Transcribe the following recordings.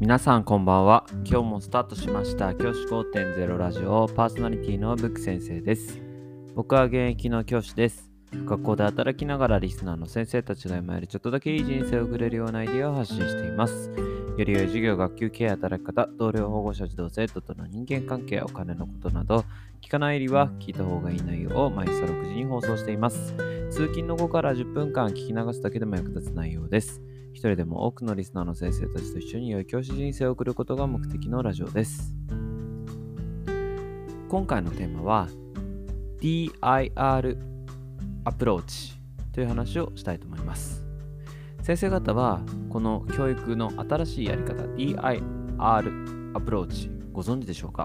皆さんこんばんは。今日もスタートしました教師 5.0 ラジオパーソナリティのブック先生です。僕は現役の教師です。学校で働きながらリスナーの先生たちが今よりちょっとだけいい人生を送れるようなアイディアを発信しています。より良い授業、学級経営、働き方、同僚、保護者、児童生徒との人間関係、お金のことなど聞かないよりは聞いた方がいい内容を毎朝6時に放送しています。通勤の後から10分間聞き流すだけでも役立つ内容です。一人でも多くのリスナーの先生たちと一緒に良い教師人生を送ることが目的のラジオです。今回のテーマは DIR アプローチという話をしたいと思います。先生方はこの教育の新しいやり方 DIR アプローチご存知でしょうか？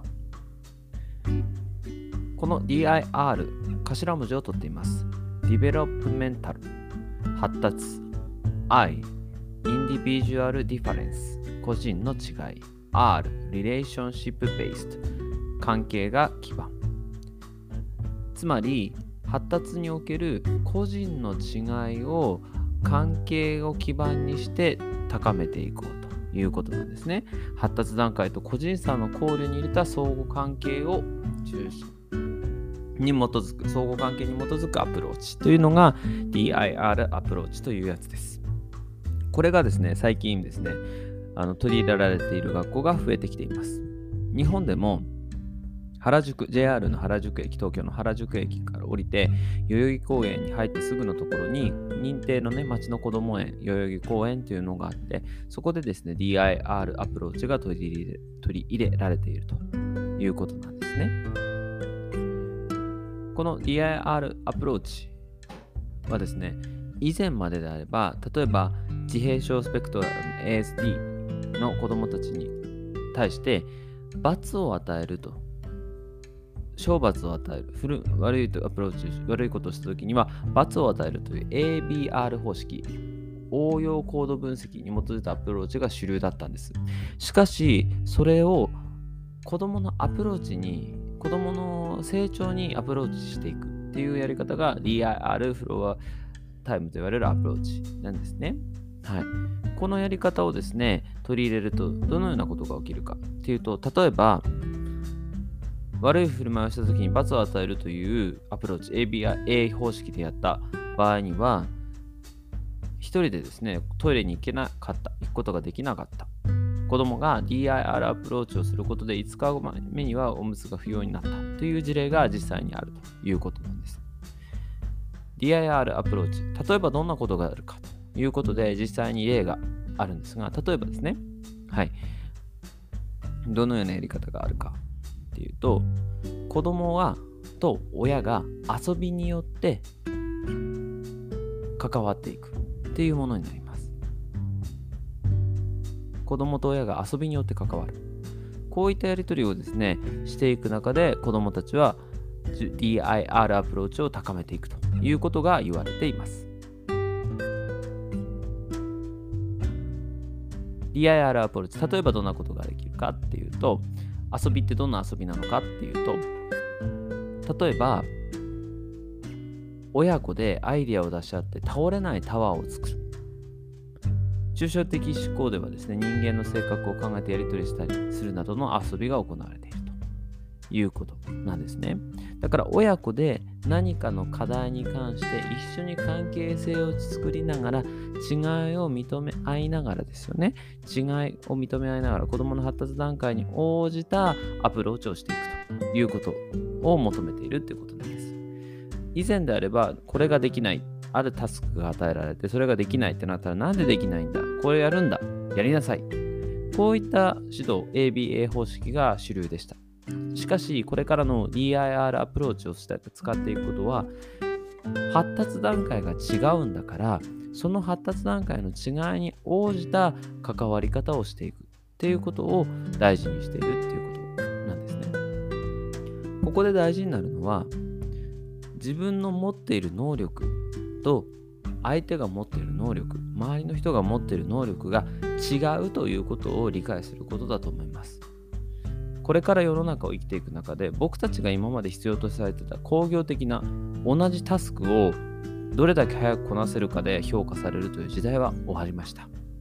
この DIR 頭文字を取っています。ディベロップメンタル、発達、Iインディビジュアルディファレンス、個人の違い、R、リレーションシップベースド、関係が基盤。つまり、発達における個人の違いを関係を基盤にして高めていこうということなんですね。発達段階と個人差の考慮に入れた相互関係を中心に基づく、相互関係に基づくアプローチというのが DIR アプローチというやつです。これがですね、最近ですね、取り入れられている学校が増えてきています。日本でも原宿、JR の原宿駅、東京の原宿駅から降りて、代々木公園に入ってすぐのところに、認定のね、町の子ども園、代々木公園というのがあって、そこでですね、DIR アプローチが取り入れられているということなんですね。この DIR アプローチはですね、以前までであれば、例えば自閉症スペクトラム ASD の子どもたちに対して罰を与えると、懲罰を与える、悪いアプローチ、悪いことをしたときには罰を与えるという ABR 方式、応用行動分析に基づいたアプローチが主流だったんです。しかし、それを子どものアプローチに、子どもの成長にアプローチしていくっていうやり方が DIR フロアタイムと言われるアプローチなんですね。はい。このやり方をですね、取り入れるとどのようなことが起きるかっていうと、例えば、悪い振る舞いをしたときに罰を与えるというアプローチ、A 方式でやった場合には、一人でですね、トイレに行くことができなかった。子供が DIR アプローチをすることで5日目にはおむつが不要になったという事例が実際にあるということなんです。DIR アプローチ、例えばどんなことがあるかということで実際に例があるんですが、例えばですね、はい、どのようなやり方があるかっていうと、子供と親が遊びによって関わっていくっていうものになります。子供と親が遊びによって関わる、こういったやり取りをですねしていく中で、子供たちはDIR アプローチを高めていくということが言われています。DIR アプローチ、例えばどんなことができるかっていうと、遊びってどんな遊びなのかっていうと、例えば親子でアイデアを出し合って倒れないタワーを作る。抽象的思考ではですね、人間の性格を考えてやり取りしたりするなどの遊びが行われているということなんですね。だから親子で何かの課題に関して一緒に関係性を作りながら、違いを認め合いながらですよね。違いを認め合いながら子どもの発達段階に応じたアプローチをしていくということを求めているということなんです。以前であればこれができない、あるタスクが与えられてそれができないってなったら、なんでできないんだ、これやるんだ、やりなさい、こういった指導 ABA 方式が主流でした。しかしこれからの DIR アプローチを使っていくことは、発達段階が違うんだから、その発達段階の違いに応じた関わり方をしていくっていうことを大事にしているっていうことなんですね。ここで大事になるのは、自分の持っている能力と相手が持っている能力、周りの人が持っている能力が違うということを理解することだと思います。これから世の中を生きていく中で、僕たちが今まで必要とされていた工業的な同じタスクをどれだけ早くこなせるかで評価されるという時代は終わりました。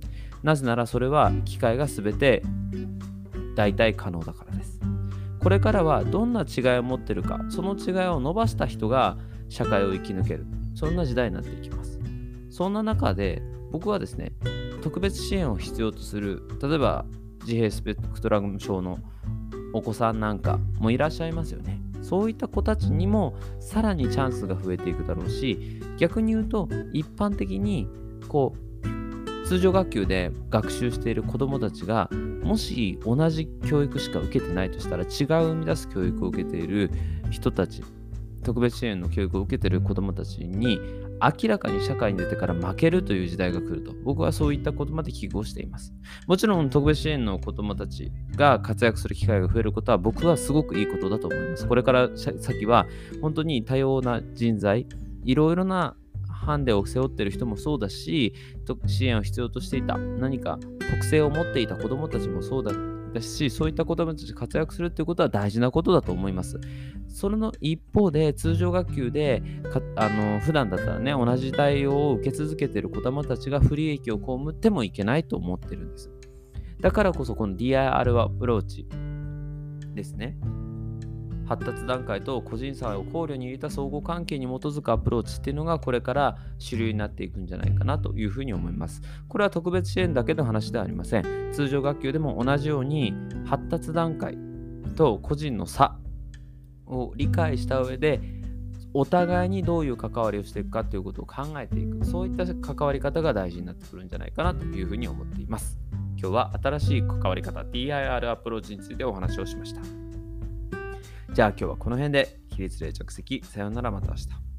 なぜならそれは機械が全て代替可能だからです。これからはどんな違いを持っているか、その違いを伸ばした人が社会を生き抜ける、そんな時代になっていきます。そんな中で僕はですね、特別支援を必要とする、例えば自閉スペクトラム症のお子さんなんかもいらっしゃいますよね。そういった子たちにもさらにチャンスが増えていくだろうし、逆に言うと一般的に通常学級で学習している子どもたちがもし同じ教育しか受けてないとしたら、違う生み出す教育を受けている人たち、特別支援の教育を受けている子どもたちに明らかに社会に出てから負けるという時代が来ると、僕はそういったことまで危惧をしています。もちろん特別支援の子どもたちが活躍する機会が増えることは僕はすごくいいことだと思います。これから先は本当に多様な人材、いろいろなハンデを背負っている人もそうだし、支援を必要としていた何か特性を持っていた子どもたちもそうだし、そういった子どもたちが活躍するということは大事なことだと思います。それの一方で、通常学級で普段だったらね、同じ対応を受け続けている子どもたちが不利益を被ってもいけないと思ってるんです。だからこそこの DIR アプローチですね。発達段階と個人差を考慮に入れた相互関係に基づくアプローチっていうのがこれから主流になっていくんじゃないかなというふうに思います。これは特別支援だけの話ではありません。通常学級でも同じように発達段階と個人の差を理解した上で、お互いにどういう関わりをしていくかということを考えていく、そういった関わり方が大事になってくるんじゃないかなというふうに思っています。今日は新しい関わり方 DIR アプローチについてお話をしました。じゃあ今日はこの辺で。起立例着席。さようなら、また明日。